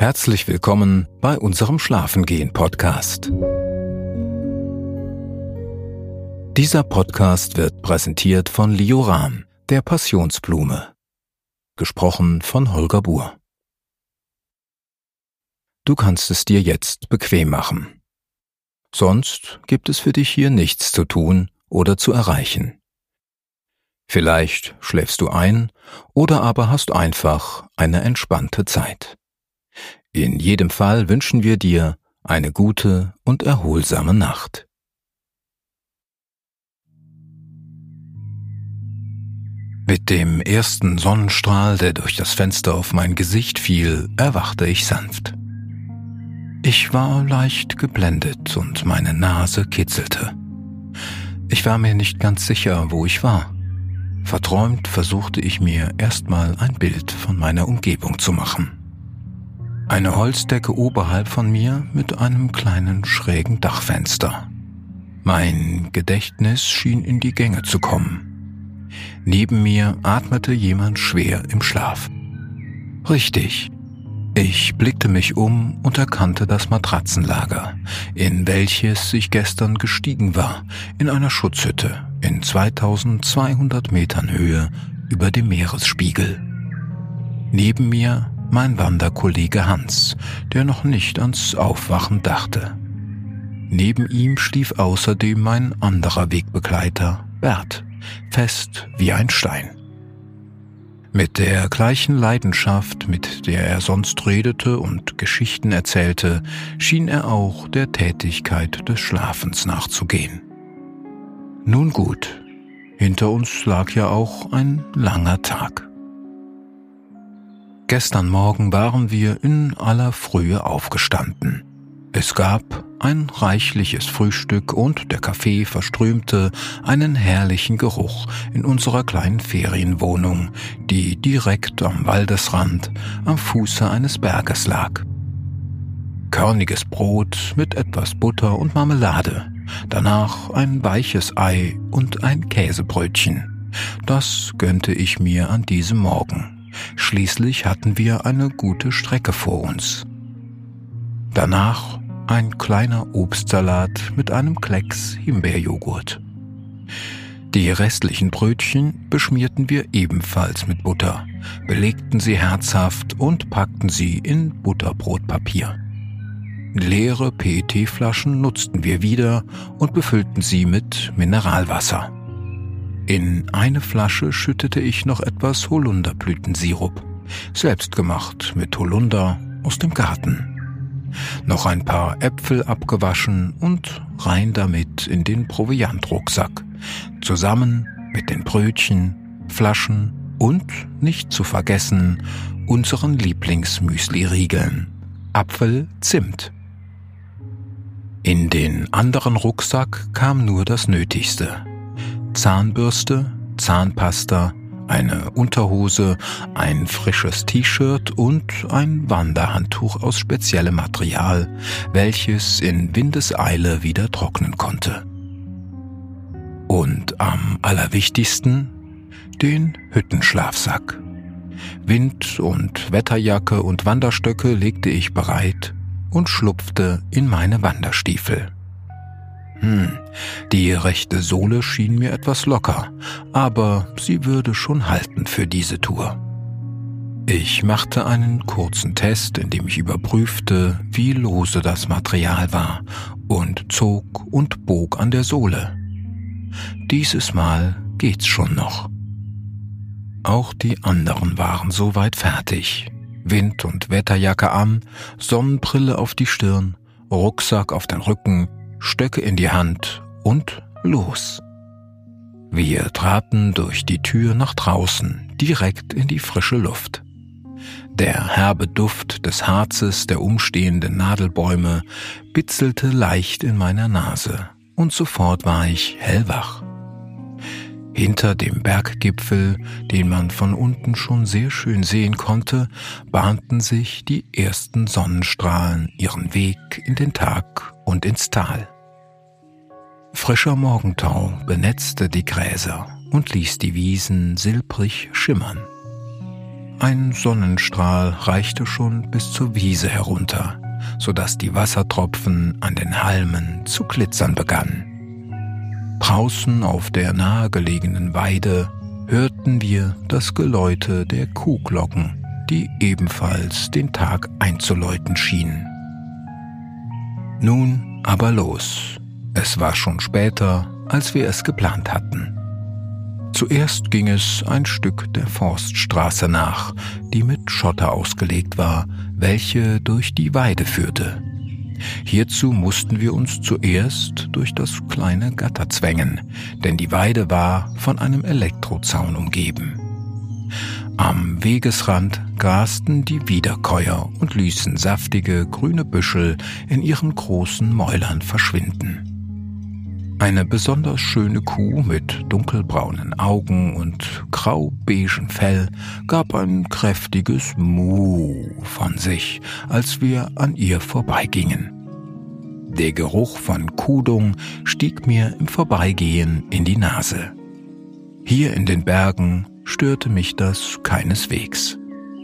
Herzlich willkommen bei unserem Schlafengehen-Podcast. Dieser Podcast wird präsentiert von Lioram, der Passionsblume. Gesprochen von Holger Buhr. Du kannst es dir jetzt bequem machen. Sonst gibt es für dich hier nichts zu tun oder zu erreichen. Vielleicht schläfst du ein oder aber hast einfach eine entspannte Zeit. In jedem Fall wünschen wir dir eine gute und erholsame Nacht. Mit dem ersten Sonnenstrahl, der durch das Fenster auf mein Gesicht fiel, erwachte ich sanft. Ich war leicht geblendet und meine Nase kitzelte. Ich war mir nicht ganz sicher, wo ich war. Verträumt versuchte ich mir erstmal ein Bild von meiner Umgebung zu machen. Eine Holzdecke oberhalb von mir mit einem kleinen schrägen Dachfenster. Mein Gedächtnis schien in die Gänge zu kommen. Neben mir atmete jemand schwer im Schlaf. Richtig. Ich blickte mich um und erkannte das Matratzenlager, in welches ich gestern gestiegen war, in einer Schutzhütte in 2200 Metern Höhe über dem Meeresspiegel. Neben mir mein Wanderkollege Hans, der noch nicht ans Aufwachen dachte. Neben ihm schlief außerdem mein anderer Wegbegleiter, Bert, fest wie ein Stein. Mit der gleichen Leidenschaft, mit der er sonst redete und Geschichten erzählte, schien er auch der Tätigkeit des Schlafens nachzugehen. Nun gut, hinter uns lag ja auch ein langer Tag. Gestern Morgen waren wir in aller Frühe aufgestanden. Es gab ein reichliches Frühstück und der Kaffee verströmte einen herrlichen Geruch in unserer kleinen Ferienwohnung, die direkt am Waldesrand am Fuße eines Berges lag. Körniges Brot mit etwas Butter und Marmelade, danach ein weiches Ei und ein Käsebrötchen. Das gönnte ich mir an diesem Morgen. Schließlich hatten wir eine gute Strecke vor uns. Danach ein kleiner Obstsalat mit einem Klecks Himbeerjoghurt. Die restlichen Brötchen beschmierten wir ebenfalls mit Butter, belegten sie herzhaft und packten sie in Butterbrotpapier. Leere PET-Flaschen nutzten wir wieder und befüllten sie mit Mineralwasser. In eine Flasche schüttete ich noch etwas Holunderblütensirup, selbstgemacht mit Holunder aus dem Garten. Noch ein paar Äpfel abgewaschen und rein damit in den Proviantrucksack, zusammen mit den Brötchen, Flaschen und, nicht zu vergessen, unseren Lieblingsmüsli-Riegeln, Apfel-Zimt. In den anderen Rucksack kam nur das Nötigste. Zahnbürste, Zahnpasta, eine Unterhose, ein frisches T-Shirt und ein Wanderhandtuch aus speziellem Material, welches in Windeseile wieder trocknen konnte. Und am allerwichtigsten den Hüttenschlafsack. Wind- und Wetterjacke und Wanderstöcke legte ich bereit und schlupfte in meine Wanderstiefel. Die rechte Sohle schien mir etwas locker, aber sie würde schon halten für diese Tour. Ich machte einen kurzen Test, in dem ich überprüfte, wie lose das Material war, und zog und bog an der Sohle. Dieses Mal geht's schon noch. Auch die anderen waren soweit fertig. Wind- und Wetterjacke an, Sonnenbrille auf die Stirn, Rucksack auf den Rücken, Stöcke in die Hand und los. Wir traten durch die Tür nach draußen, direkt in die frische Luft. Der herbe Duft des Harzes der umstehenden Nadelbäume bitzelte leicht in meiner Nase und sofort war ich hellwach. Hinter dem Berggipfel, den man von unten schon sehr schön sehen konnte, bahnten sich die ersten Sonnenstrahlen ihren Weg in den Tag und ins Tal. Frischer Morgentau benetzte die Gräser und ließ die Wiesen silbrig schimmern. Ein Sonnenstrahl reichte schon bis zur Wiese herunter, sodass die Wassertropfen an den Halmen zu glitzern begannen. Draußen auf der nahegelegenen Weide hörten wir das Geläute der Kuhglocken, die ebenfalls den Tag einzuläuten schienen. Nun aber los. Es war schon später, als wir es geplant hatten. Zuerst ging es ein Stück der Forststraße nach, die mit Schotter ausgelegt war, welche durch die Weide führte. Hierzu mussten wir uns zuerst durch das kleine Gatter zwängen, denn die Weide war von einem Elektrozaun umgeben. Am Wegesrand grasten die Wiederkäuer und ließen saftige grüne Büschel in ihren großen Mäulern verschwinden. Eine besonders schöne Kuh mit dunkelbraunen Augen und grau-beigen Fell gab ein kräftiges Muh von sich, als wir an ihr vorbeigingen. Der Geruch von Kuhdung stieg mir im Vorbeigehen in die Nase. Hier in den Bergen störte mich das keineswegs.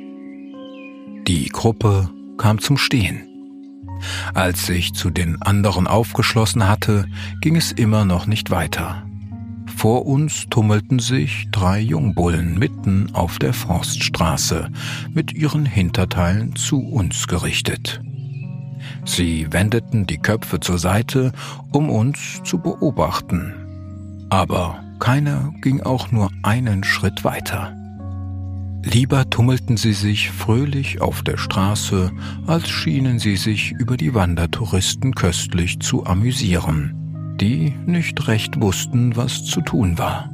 Die Gruppe kam zum Stehen. Als ich zu den anderen aufgeschlossen hatte, ging es immer noch nicht weiter. Vor uns tummelten sich 3 Jungbullen mitten auf der Forststraße, mit ihren Hinterteilen zu uns gerichtet. Sie wendeten die Köpfe zur Seite, um uns zu beobachten. Aber keiner ging auch nur einen Schritt weiter. Lieber tummelten sie sich fröhlich auf der Straße, als schienen sie sich über die Wandertouristen köstlich zu amüsieren, die nicht recht wussten, was zu tun war.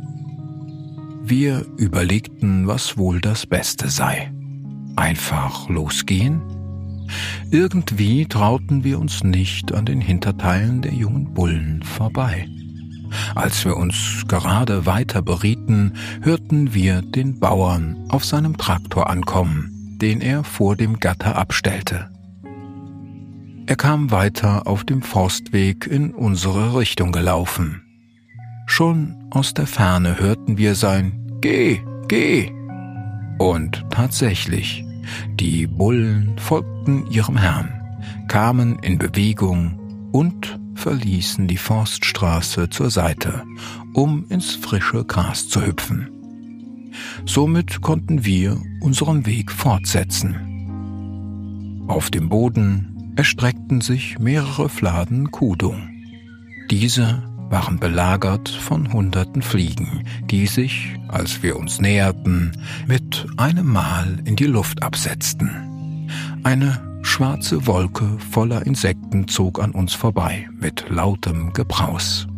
Wir überlegten, was wohl das Beste sei. Einfach losgehen? Irgendwie trauten wir uns nicht an den Hinterteilen der jungen Bullen vorbei. Als wir uns gerade weiter berieten, hörten wir den Bauern auf seinem Traktor ankommen, den er vor dem Gatter abstellte. Er kam weiter auf dem Forstweg in unsere Richtung gelaufen. Schon aus der Ferne hörten wir sein »Geh, geh!« Und tatsächlich, die Bullen folgten ihrem Herrn, kamen in Bewegung und verließen die Forststraße zur Seite, um ins frische Gras zu hüpfen. Somit konnten wir unseren Weg fortsetzen. Auf dem Boden erstreckten sich mehrere Fladen Kuhdung. Diese waren belagert von hunderten Fliegen, die sich, als wir uns näherten, mit einem Mal in die Luft absetzten. Eine schwarze Wolke voller Insekten zog an uns vorbei mit lautem Gebraus.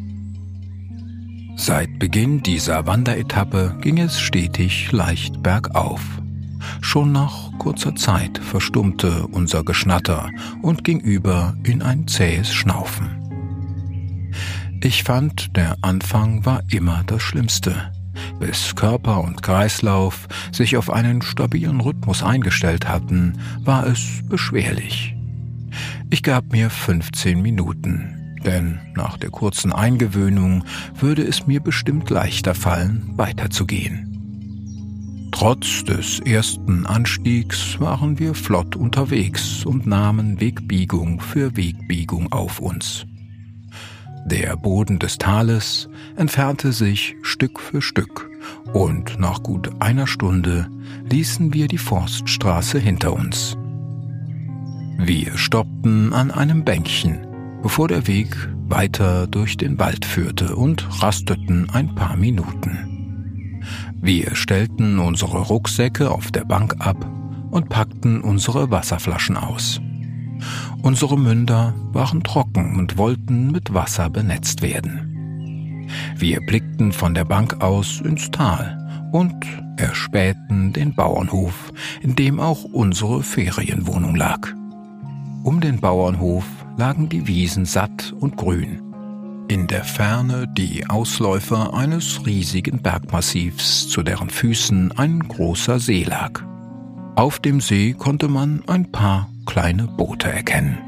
Seit Beginn dieser Wanderetappe ging es stetig leicht bergauf. Schon nach kurzer Zeit verstummte unser Geschnatter und ging über in ein zähes Schnaufen. Ich fand, der Anfang war immer das Schlimmste. Bis Körper und Kreislauf sich auf einen stabilen Rhythmus eingestellt hatten, war es beschwerlich. Ich gab mir 15 Minuten, denn nach der kurzen Eingewöhnung würde es mir bestimmt leichter fallen, weiterzugehen. Trotz des ersten Anstiegs waren wir flott unterwegs und nahmen Wegbiegung für Wegbiegung auf uns. Der Boden des Tales entfernte sich Stück für Stück und nach gut einer Stunde ließen wir die Forststraße hinter uns. Wir stoppten an einem Bänkchen, bevor der Weg weiter durch den Wald führte, und rasteten ein paar Minuten. Wir stellten unsere Rucksäcke auf der Bank ab und packten unsere Wasserflaschen aus. Unsere Münder waren trocken und wollten mit Wasser benetzt werden. Wir blickten von der Bank aus ins Tal und erspähten den Bauernhof, in dem auch unsere Ferienwohnung lag. Um den Bauernhof lagen die Wiesen satt und grün. In der Ferne die Ausläufer eines riesigen Bergmassivs, zu deren Füßen ein großer See lag. Auf dem See konnte man ein paar kleine Boote erkennen.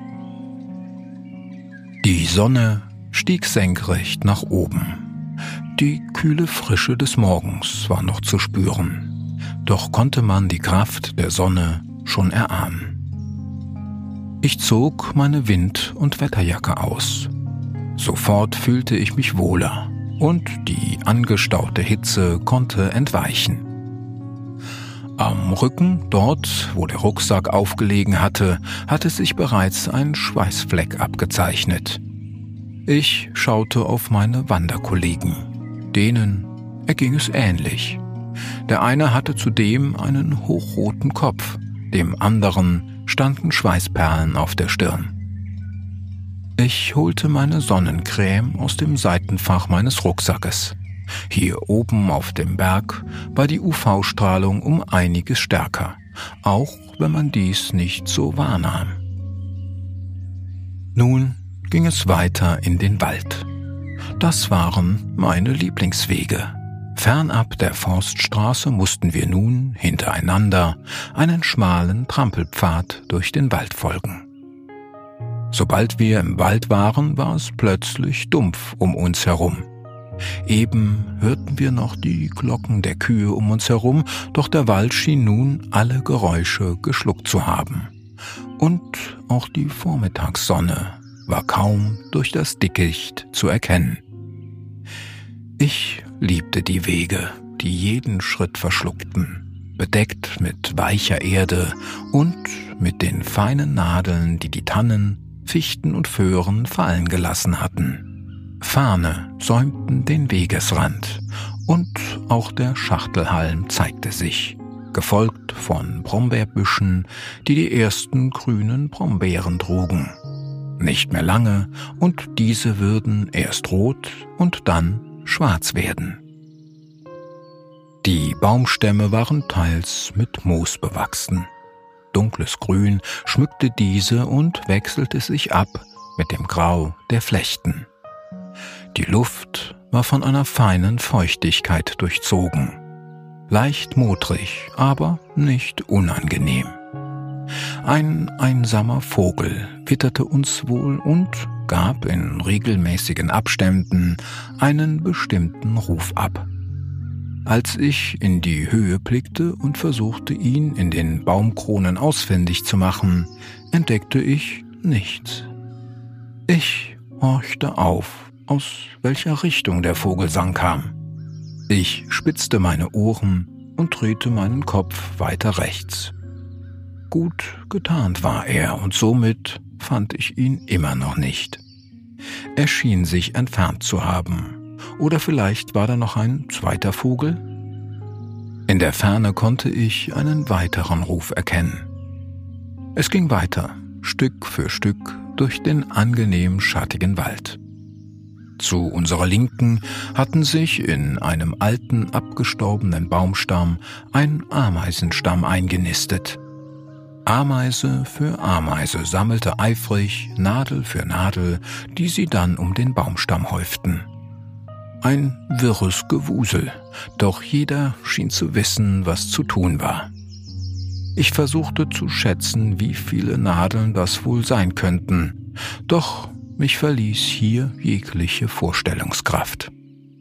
Die Sonne stieg senkrecht nach oben. Die kühle Frische des Morgens war noch zu spüren. doch konnte man die Kraft der Sonne schon erahnen. Ich zog meine Wind- und Wetterjacke aus. Sofort fühlte ich mich wohler und die angestaute Hitze konnte entweichen. Am Rücken, dort, wo der Rucksack aufgelegen hatte, hatte sich bereits ein Schweißfleck abgezeichnet. Ich schaute auf meine Wanderkollegen. Denen erging es ähnlich. Der eine hatte zudem einen hochroten Kopf, dem anderen standen Schweißperlen auf der Stirn. Ich holte meine Sonnencreme aus dem Seitenfach meines Rucksackes. Hier oben auf dem Berg war die UV-Strahlung um einiges stärker, auch wenn man dies nicht so wahrnahm. Nun ging es weiter in den Wald. Das waren meine Lieblingswege. Fernab der Forststraße mussten wir nun hintereinander einen schmalen Trampelpfad durch den Wald folgen. Sobald wir im Wald waren, war es plötzlich dumpf um uns herum. Eben hörten wir noch die Glocken der Kühe um uns herum, doch der Wald schien nun alle Geräusche geschluckt zu haben. Und auch die Vormittagssonne war kaum durch das Dickicht zu erkennen. Ich liebte die Wege, die jeden Schritt verschluckten, bedeckt mit weicher Erde und mit den feinen Nadeln, die die Tannen, Fichten und Föhren fallen gelassen hatten. Farne säumten den Wegesrand und auch der Schachtelhalm zeigte sich, gefolgt von Brombeerbüschen, die die ersten grünen Brombeeren trugen. Nicht mehr lange und diese würden erst rot und dann schwarz werden. Die Baumstämme waren teils mit Moos bewachsen. Dunkles Grün schmückte diese und wechselte sich ab mit dem Grau der Flechten. Die Luft war von einer feinen Feuchtigkeit durchzogen. Leicht modrig, aber nicht unangenehm. Ein einsamer Vogel witterte uns wohl und gab in regelmäßigen Abständen einen bestimmten Ruf ab. Als ich in die Höhe blickte und versuchte, ihn in den Baumkronen ausfindig zu machen, entdeckte ich nichts. Ich horchte auf, aus welcher Richtung der Vogelsang kam. Ich spitzte meine Ohren und drehte meinen Kopf weiter rechts. Gut getarnt war er und somit fand ich ihn immer noch nicht. Er schien sich entfernt zu haben. Oder vielleicht war da noch ein zweiter Vogel? In der Ferne konnte ich einen weiteren Ruf erkennen. Es ging weiter, Stück für Stück, durch den angenehm schattigen Wald. Zu unserer Linken hatten sich in einem alten, abgestorbenen Baumstamm ein Ameisenstamm eingenistet. Ameise für Ameise sammelte eifrig Nadel für Nadel, die sie dann um den Baumstamm häuften. Ein wirres Gewusel, doch jeder schien zu wissen, was zu tun war. Ich versuchte zu schätzen, wie viele Nadeln das wohl sein könnten, doch mich verließ hier jegliche Vorstellungskraft.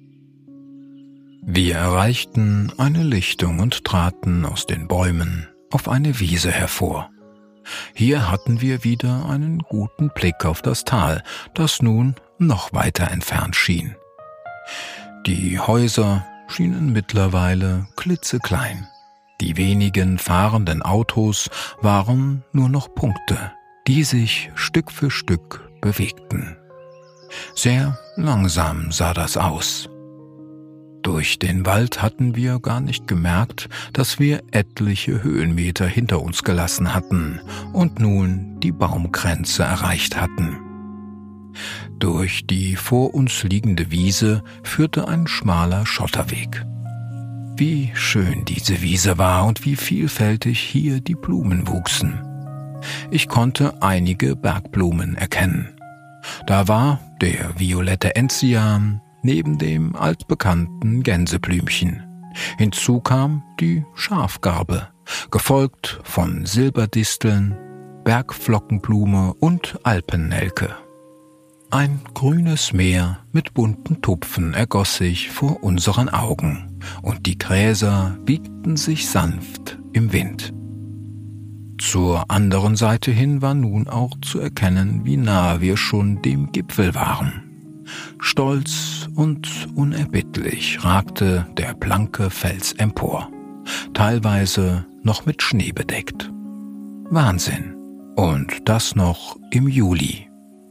Wir erreichten eine Lichtung und traten aus den Bäumen auf eine Wiese hervor. Hier hatten wir wieder einen guten Blick auf das Tal, das nun noch weiter entfernt schien. Die Häuser schienen mittlerweile klitzeklein. Die wenigen fahrenden Autos waren nur noch Punkte, die sich Stück für Stück bewegten. Sehr langsam sah das aus. Durch den Wald hatten wir gar nicht gemerkt, dass wir etliche Höhenmeter hinter uns gelassen hatten und nun die Baumgrenze erreicht hatten. Durch die vor uns liegende Wiese führte ein schmaler Schotterweg. Wie schön diese Wiese war und wie vielfältig hier die Blumen wuchsen. Ich konnte einige Bergblumen erkennen. Da war der violette Enzian neben dem altbekannten Gänseblümchen. Hinzu kam die Schafgarbe, gefolgt von Silberdisteln, Bergflockenblume und Alpennelke. Ein grünes Meer mit bunten Tupfen ergoss sich vor unseren Augen, und die Gräser wiegten sich sanft im Wind. Zur anderen Seite hin war nun auch zu erkennen, wie nahe wir schon dem Gipfel waren. Stolz und unerbittlich ragte der blanke Fels empor, teilweise noch mit Schnee bedeckt. Wahnsinn! Und das noch im Juli.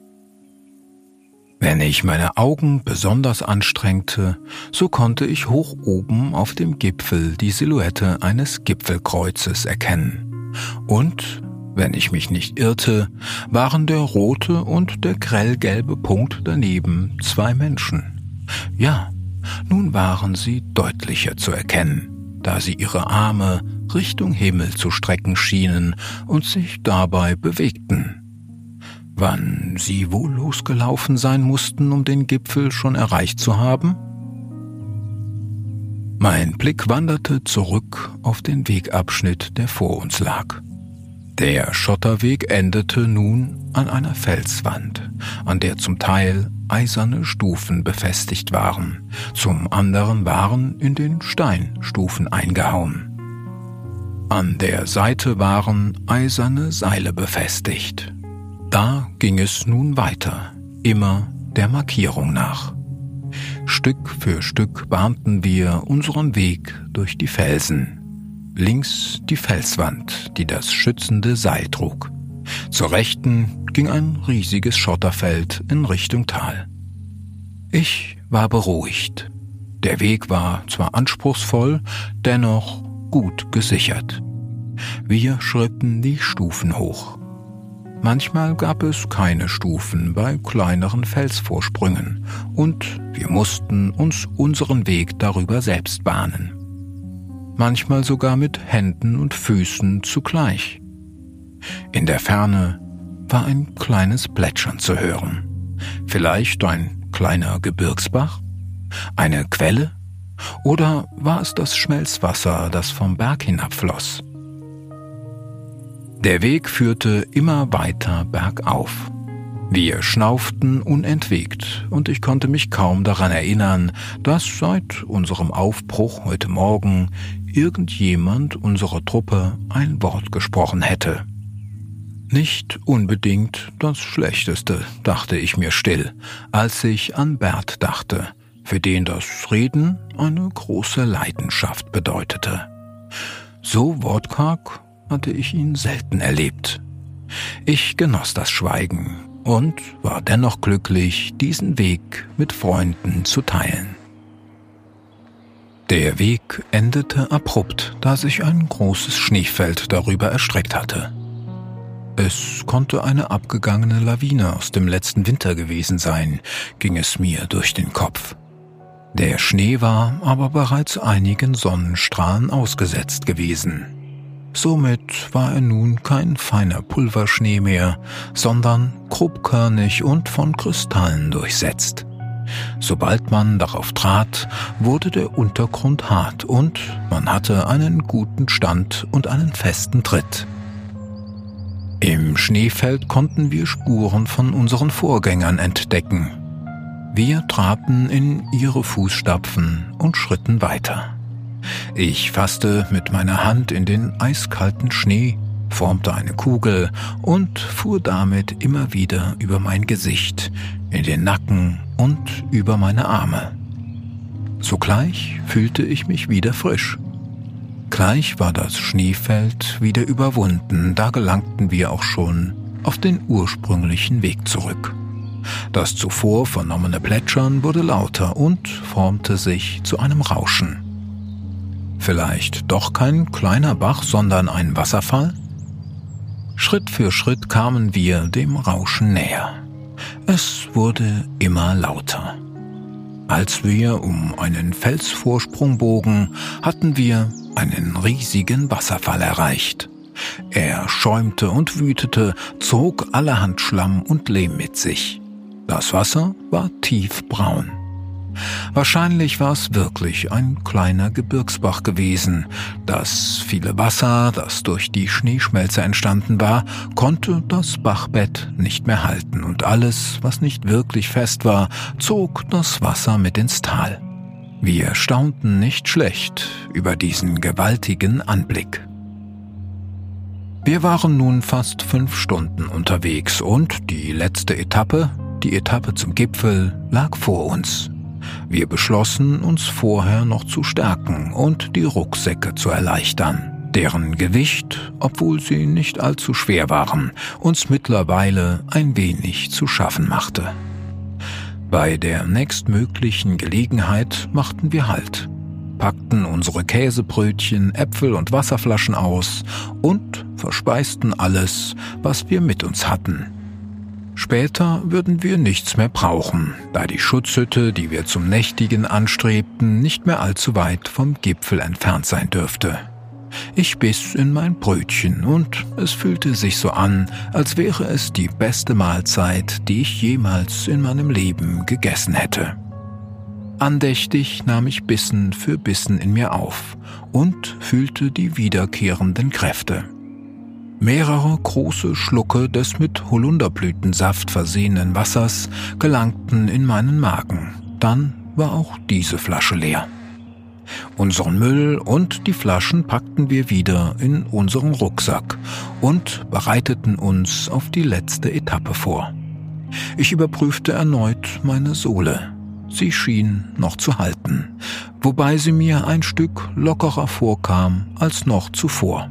Wenn ich meine Augen besonders anstrengte, so konnte ich hoch oben auf dem Gipfel die Silhouette eines Gipfelkreuzes erkennen. Und, wenn ich mich nicht irrte, waren der rote und der grellgelbe Punkt daneben 2 Menschen. Ja, nun waren sie deutlicher zu erkennen, da sie ihre Arme Richtung Himmel zu strecken schienen und sich dabei bewegten. Wann sie wohl losgelaufen sein mussten, um den Gipfel schon erreicht zu haben? Mein Blick wanderte zurück auf den Wegabschnitt, der vor uns lag. Der Schotterweg endete nun an einer Felswand, an der zum Teil eiserne Stufen befestigt waren, zum anderen waren in den Steinstufen eingehauen. An der Seite waren eiserne Seile befestigt. Da ging es nun weiter, immer der Markierung nach. Stück für Stück bahnten wir unseren Weg durch die Felsen. Links die Felswand, die das schützende Seil trug. Zur Rechten ging ein riesiges Schotterfeld in Richtung Tal. Ich war beruhigt. Der Weg war zwar anspruchsvoll, dennoch gut gesichert. Wir schritten die Stufen hoch. Manchmal gab es keine Stufen bei kleineren Felsvorsprüngen und wir mussten uns unseren Weg darüber selbst bahnen. Manchmal sogar mit Händen und Füßen zugleich. In der Ferne war ein kleines Plätschern zu hören. Vielleicht ein kleiner Gebirgsbach? Eine Quelle? Oder war es das Schmelzwasser, das vom Berg hinabfloss? Der Weg führte immer weiter bergauf. Wir schnauften unentwegt und ich konnte mich kaum daran erinnern, dass seit unserem Aufbruch heute Morgen irgendjemand unserer Truppe ein Wort gesprochen hätte. Nicht unbedingt das Schlechteste, dachte ich mir still, als ich an Bert dachte, für den das Reden eine große Leidenschaft bedeutete. So wortkarg hatte ich ihn selten erlebt. Ich genoss das Schweigen und war dennoch glücklich, diesen Weg mit Freunden zu teilen. Der Weg endete abrupt, da sich ein großes Schneefeld darüber erstreckt hatte. Es konnte eine abgegangene Lawine aus dem letzten Winter gewesen sein, ging es mir durch den Kopf. Der Schnee war aber bereits einigen Sonnenstrahlen ausgesetzt gewesen. Somit war er nun kein feiner Pulverschnee mehr, sondern grobkörnig und von Kristallen durchsetzt. Sobald man darauf trat, wurde der Untergrund hart und man hatte einen guten Stand und einen festen Tritt. Im Schneefeld konnten wir Spuren von unseren Vorgängern entdecken. Wir traten in ihre Fußstapfen und schritten weiter. Ich fasste mit meiner Hand in den eiskalten Schnee, formte eine Kugel und fuhr damit immer wieder über mein Gesicht, in den Nacken und über meine Arme. Sogleich fühlte ich mich wieder frisch. Gleich war das Schneefeld wieder überwunden, da gelangten wir auch schon auf den ursprünglichen Weg zurück. Das zuvor vernommene Plätschern wurde lauter und formte sich zu einem Rauschen. Vielleicht doch kein kleiner Bach, sondern ein Wasserfall? Schritt für Schritt kamen wir dem Rauschen näher. Es wurde immer lauter. Als wir um einen Felsvorsprung bogen, hatten wir einen riesigen Wasserfall erreicht. Er schäumte und wütete, zog allerhand Schlamm und Lehm mit sich. Das Wasser war tiefbraun. Wahrscheinlich war es wirklich ein kleiner Gebirgsbach gewesen. Das viele Wasser, das durch die Schneeschmelze entstanden war, konnte das Bachbett nicht mehr halten und alles, was nicht wirklich fest war, zog das Wasser mit ins Tal. Wir staunten nicht schlecht über diesen gewaltigen Anblick. Wir waren nun fast 5 Stunden unterwegs und die letzte Etappe, die Etappe zum Gipfel, lag vor uns. Wir beschlossen, uns vorher noch zu stärken und die Rucksäcke zu erleichtern, deren Gewicht, obwohl sie nicht allzu schwer waren, uns mittlerweile ein wenig zu schaffen machte. Bei der nächstmöglichen Gelegenheit machten wir Halt, packten unsere Käsebrötchen, Äpfel und Wasserflaschen aus und verspeisten alles, was wir mit uns hatten. Später würden wir nichts mehr brauchen, da die Schutzhütte, die wir zum Nächtigen anstrebten, nicht mehr allzu weit vom Gipfel entfernt sein dürfte. Ich biss in mein Brötchen und es fühlte sich so an, als wäre es die beste Mahlzeit, die ich jemals in meinem Leben gegessen hätte. Andächtig nahm ich Bissen für Bissen in mir auf und fühlte die wiederkehrenden Kräfte. Mehrere große Schlucke des mit Holunderblütensaft versehenen Wassers gelangten in meinen Magen. Dann war auch diese Flasche leer. Unseren Müll und die Flaschen packten wir wieder in unseren Rucksack und bereiteten uns auf die letzte Etappe vor. Ich überprüfte erneut meine Sohle. Sie schien noch zu halten, wobei sie mir ein Stück lockerer vorkam als noch zuvor.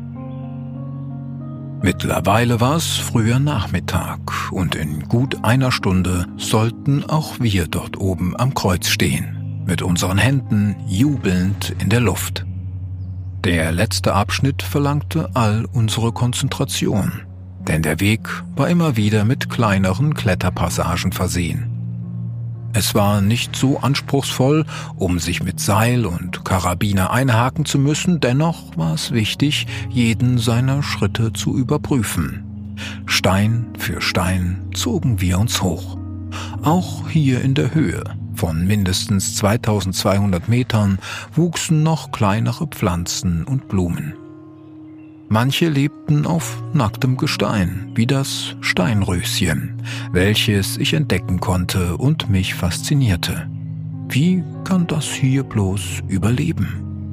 Mittlerweile war es früher Nachmittag und in gut einer Stunde sollten auch wir dort oben am Kreuz stehen, mit unseren Händen jubelnd in der Luft. Der letzte Abschnitt verlangte all unsere Konzentration, denn der Weg war immer wieder mit kleineren Kletterpassagen versehen. Es war nicht so anspruchsvoll, um sich mit Seil und Karabiner einhaken zu müssen, dennoch war es wichtig, jeden seiner Schritte zu überprüfen. Stein für Stein zogen wir uns hoch. Auch hier in der Höhe von mindestens 2200 Metern wuchsen noch kleinere Pflanzen und Blumen. Manche lebten auf nacktem Gestein, wie das Steinröschen, welches ich entdecken konnte und mich faszinierte. Wie kann das hier bloß überleben?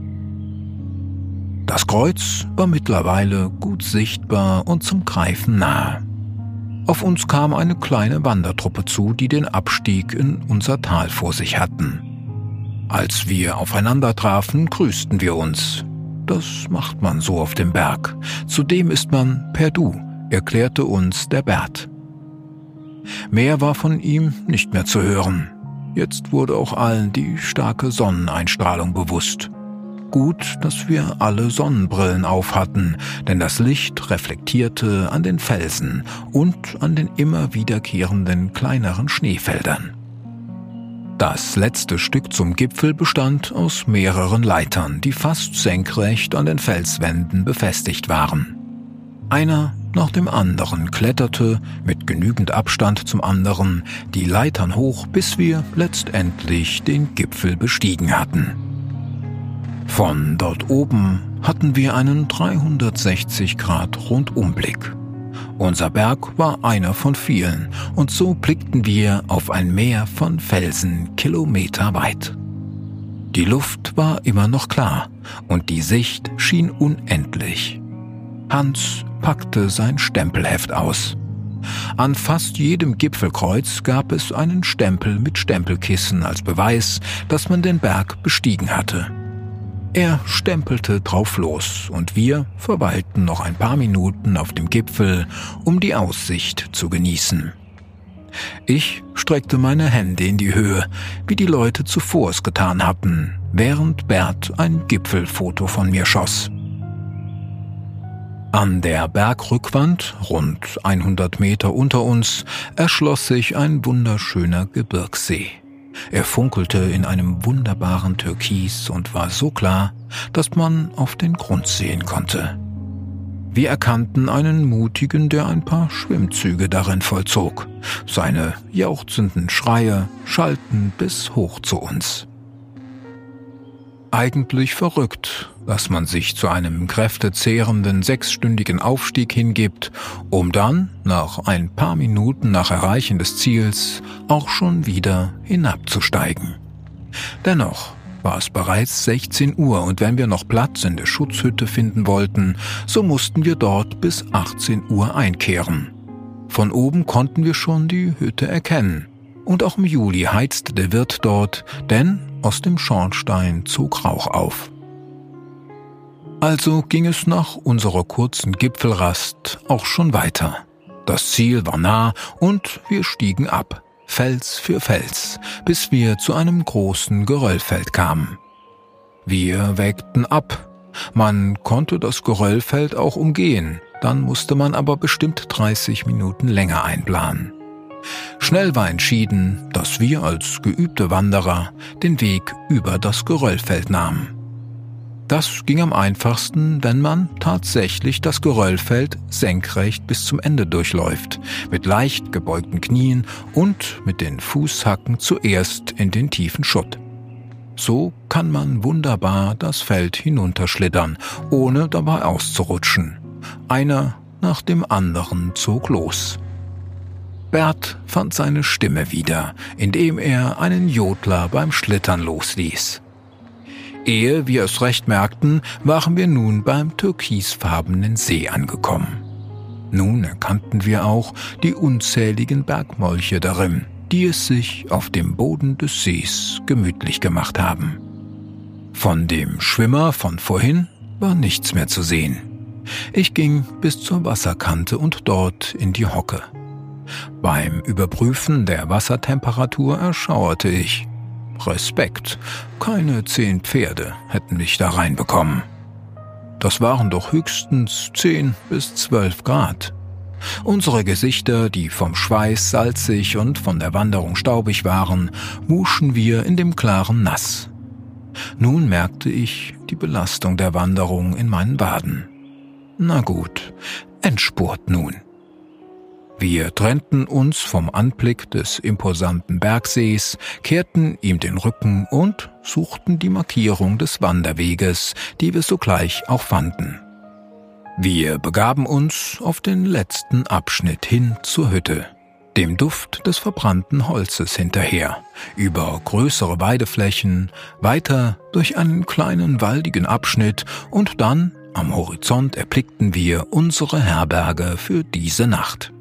Das Kreuz war mittlerweile gut sichtbar und zum Greifen nahe. Auf uns kam eine kleine Wandertruppe zu, die den Abstieg in unser Tal vor sich hatten. Als wir aufeinander trafen, grüßten wir uns. Das macht man so auf dem Berg. Zudem ist man per Du, erklärte uns der Bert. Mehr war von ihm nicht mehr zu hören. Jetzt wurde auch allen die starke Sonneneinstrahlung bewusst. Gut, dass wir alle Sonnenbrillen auf hatten, denn das Licht reflektierte an den Felsen und an den immer wiederkehrenden kleineren Schneefeldern. Das letzte Stück zum Gipfel bestand aus mehreren Leitern, die fast senkrecht an den Felswänden befestigt waren. Einer nach dem anderen kletterte, mit genügend Abstand zum anderen, die Leitern hoch, bis wir letztendlich den Gipfel bestiegen hatten. Von dort oben hatten wir einen 360-Grad-Rundumblick. Unser Berg war einer von vielen und so blickten wir auf ein Meer von Felsen kilometerweit. Die Luft war immer noch klar und die Sicht schien unendlich. Hans packte sein Stempelheft aus. An fast jedem Gipfelkreuz gab es einen Stempel mit Stempelkissen als Beweis, dass man den Berg bestiegen hatte. Er stempelte drauf los und wir verweilten noch ein paar Minuten auf dem Gipfel, um die Aussicht zu genießen. Ich streckte meine Hände in die Höhe, wie die Leute zuvor es getan hatten, während Bert ein Gipfelfoto von mir schoss. An der Bergrückwand, rund 100 Meter unter uns, erschloss sich ein wunderschöner Gebirgssee. Er funkelte in einem wunderbaren Türkis und war so klar, dass man auf den Grund sehen konnte. Wir erkannten einen Mutigen, der ein paar Schwimmzüge darin vollzog. Seine jauchzenden Schreie schallten bis hoch zu uns. Eigentlich verrückt, dass man sich zu einem kräftezehrenden 6-stündigen Aufstieg hingibt, um dann, nach ein paar Minuten nach Erreichen des Ziels, auch schon wieder hinabzusteigen. Dennoch war es bereits 16 Uhr und wenn wir noch Platz in der Schutzhütte finden wollten, so mussten wir dort bis 18 Uhr einkehren. Von oben konnten wir schon die Hütte erkennen. Und auch im Juli heizte der Wirt dort, denn aus dem Schornstein zog Rauch auf. Also ging es nach unserer kurzen Gipfelrast auch schon weiter. Das Ziel war nah und wir stiegen ab, Fels für Fels, bis wir zu einem großen Geröllfeld kamen. Wir wägten ab. Man konnte das Geröllfeld auch umgehen, dann musste man aber bestimmt 30 Minuten länger einplanen. Schnell war entschieden, dass wir als geübte Wanderer den Weg über das Geröllfeld nahmen. Das ging am einfachsten, wenn man tatsächlich das Geröllfeld senkrecht bis zum Ende durchläuft, mit leicht gebeugten Knien und mit den Fußhacken zuerst in den tiefen Schutt. So kann man wunderbar das Feld hinunterschlittern, ohne dabei auszurutschen. Einer nach dem anderen zog los. Bert fand seine Stimme wieder, indem er einen Jodler beim Schlittern losließ. Ehe wir es recht merkten, waren wir nun beim türkisfarbenen See angekommen. Nun erkannten wir auch die unzähligen Bergmolche darin, die es sich auf dem Boden des Sees gemütlich gemacht haben. Von dem Schwimmer von vorhin war nichts mehr zu sehen. Ich ging bis zur Wasserkante und dort in die Hocke. Beim Überprüfen der Wassertemperatur erschauerte ich. Respekt, keine 10 Pferde hätten mich da reinbekommen. Das waren doch höchstens 10 bis 12 Grad. Unsere Gesichter, die vom Schweiß salzig und von der Wanderung staubig waren, wuschen wir in dem klaren Nass. Nun merkte ich die Belastung der Wanderung in meinen Waden. Na gut, Endspurt nun. Wir trennten uns vom Anblick des imposanten Bergsees, kehrten ihm den Rücken und suchten die Markierung des Wanderweges, die wir sogleich auch fanden. Wir begaben uns auf den letzten Abschnitt hin zur Hütte, dem Duft des verbrannten Holzes hinterher, über größere Weideflächen, weiter durch einen kleinen waldigen Abschnitt und dann am Horizont erblickten wir unsere Herberge für diese Nacht.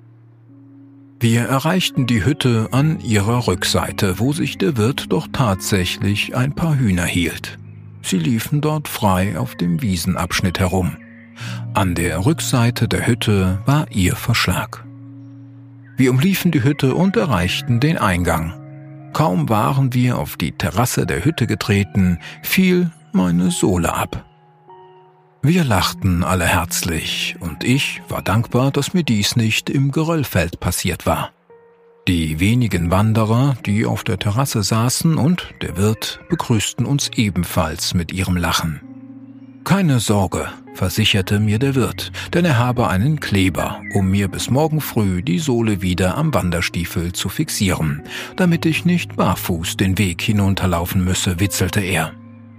Wir erreichten die Hütte an ihrer Rückseite, wo sich der Wirt doch tatsächlich ein paar Hühner hielt. Sie liefen dort frei auf dem Wiesenabschnitt herum. An der Rückseite der Hütte war ihr Verschlag. Wir umliefen die Hütte und erreichten den Eingang. Kaum waren wir auf die Terrasse der Hütte getreten, fiel meine Sohle ab. Wir lachten alle herzlich und ich war dankbar, dass mir dies nicht im Geröllfeld passiert war. Die wenigen Wanderer, die auf der Terrasse saßen und der Wirt begrüßten uns ebenfalls mit ihrem Lachen. Keine Sorge, versicherte mir der Wirt, denn er habe einen Kleber, um mir bis morgen früh die Sohle wieder am Wanderstiefel zu fixieren, damit ich nicht barfuß den Weg hinunterlaufen müsse, witzelte er.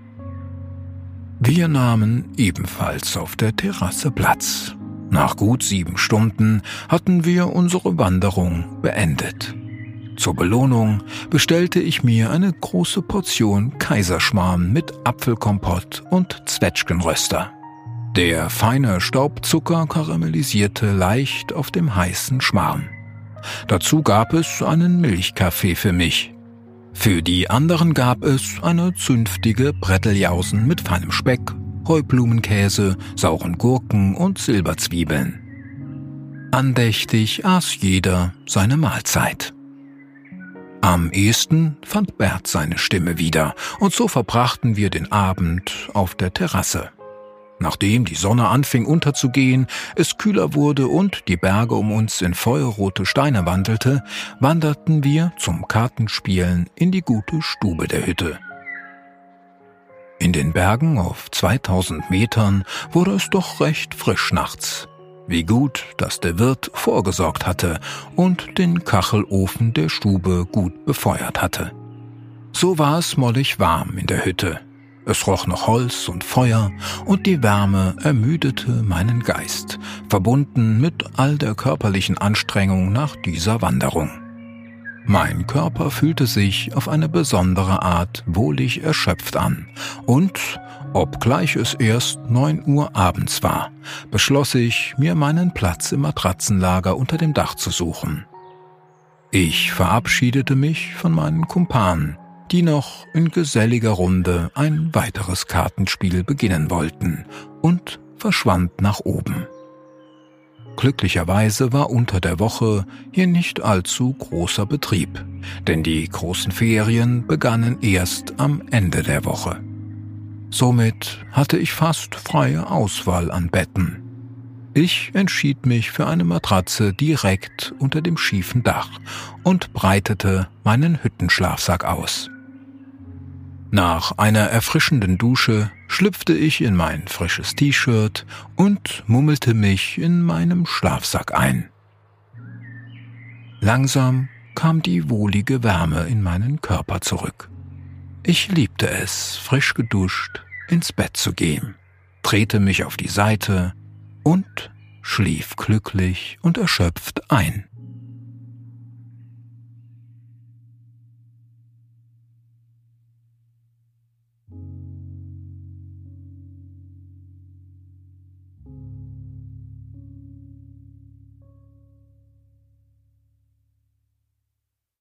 Wir nahmen ebenfalls auf der Terrasse Platz. Nach gut 7 Stunden hatten wir unsere Wanderung beendet. Zur Belohnung bestellte ich mir eine große Portion Kaiserschmarrn mit Apfelkompott und Zwetschgenröster. Der feine Staubzucker karamellisierte leicht auf dem heißen Schmarrn. Dazu gab es einen Milchkaffee für mich. Für die anderen gab es eine zünftige Bretteljausen mit feinem Speck, Heublumenkäse, sauren Gurken und Silberzwiebeln. Andächtig aß jeder seine Mahlzeit. Am ehesten fand Bert seine Stimme wieder, und so verbrachten wir den Abend auf der Terrasse. Nachdem die Sonne anfing unterzugehen, es kühler wurde und die Berge um uns in feuerrote Steine wandelte, wanderten wir zum Kartenspielen in die gute Stube der Hütte. In den Bergen auf 2000 Metern wurde es doch recht frisch nachts. Wie gut, dass der Wirt vorgesorgt hatte und den Kachelofen der Stube gut befeuert hatte. So war es mollig warm in der Hütte. Es roch nach Holz und Feuer und die Wärme ermüdete meinen Geist, verbunden mit all der körperlichen Anstrengung nach dieser Wanderung. Mein Körper fühlte sich auf eine besondere Art wohlig erschöpft an und, obgleich es erst 9 Uhr abends war, beschloss ich, mir meinen Platz im Matratzenlager unter dem Dach zu suchen. Ich verabschiedete mich von meinen Kumpanen, die noch in geselliger Runde ein weiteres Kartenspiel beginnen wollten, und verschwand nach oben. Glücklicherweise war unter der Woche hier nicht allzu großer Betrieb, denn die großen Ferien begannen erst am Ende der Woche. Somit hatte ich fast freie Auswahl an Betten. Ich entschied mich für eine Matratze direkt unter dem schiefen Dach und breitete meinen Hüttenschlafsack aus. Nach einer erfrischenden Dusche schlüpfte ich in mein frisches T-Shirt und mummelte mich in meinem Schlafsack ein. Langsam kam die wohlige Wärme in meinen Körper zurück. Ich liebte es, frisch geduscht ins Bett zu gehen, drehte mich auf die Seite und schlief glücklich und erschöpft ein.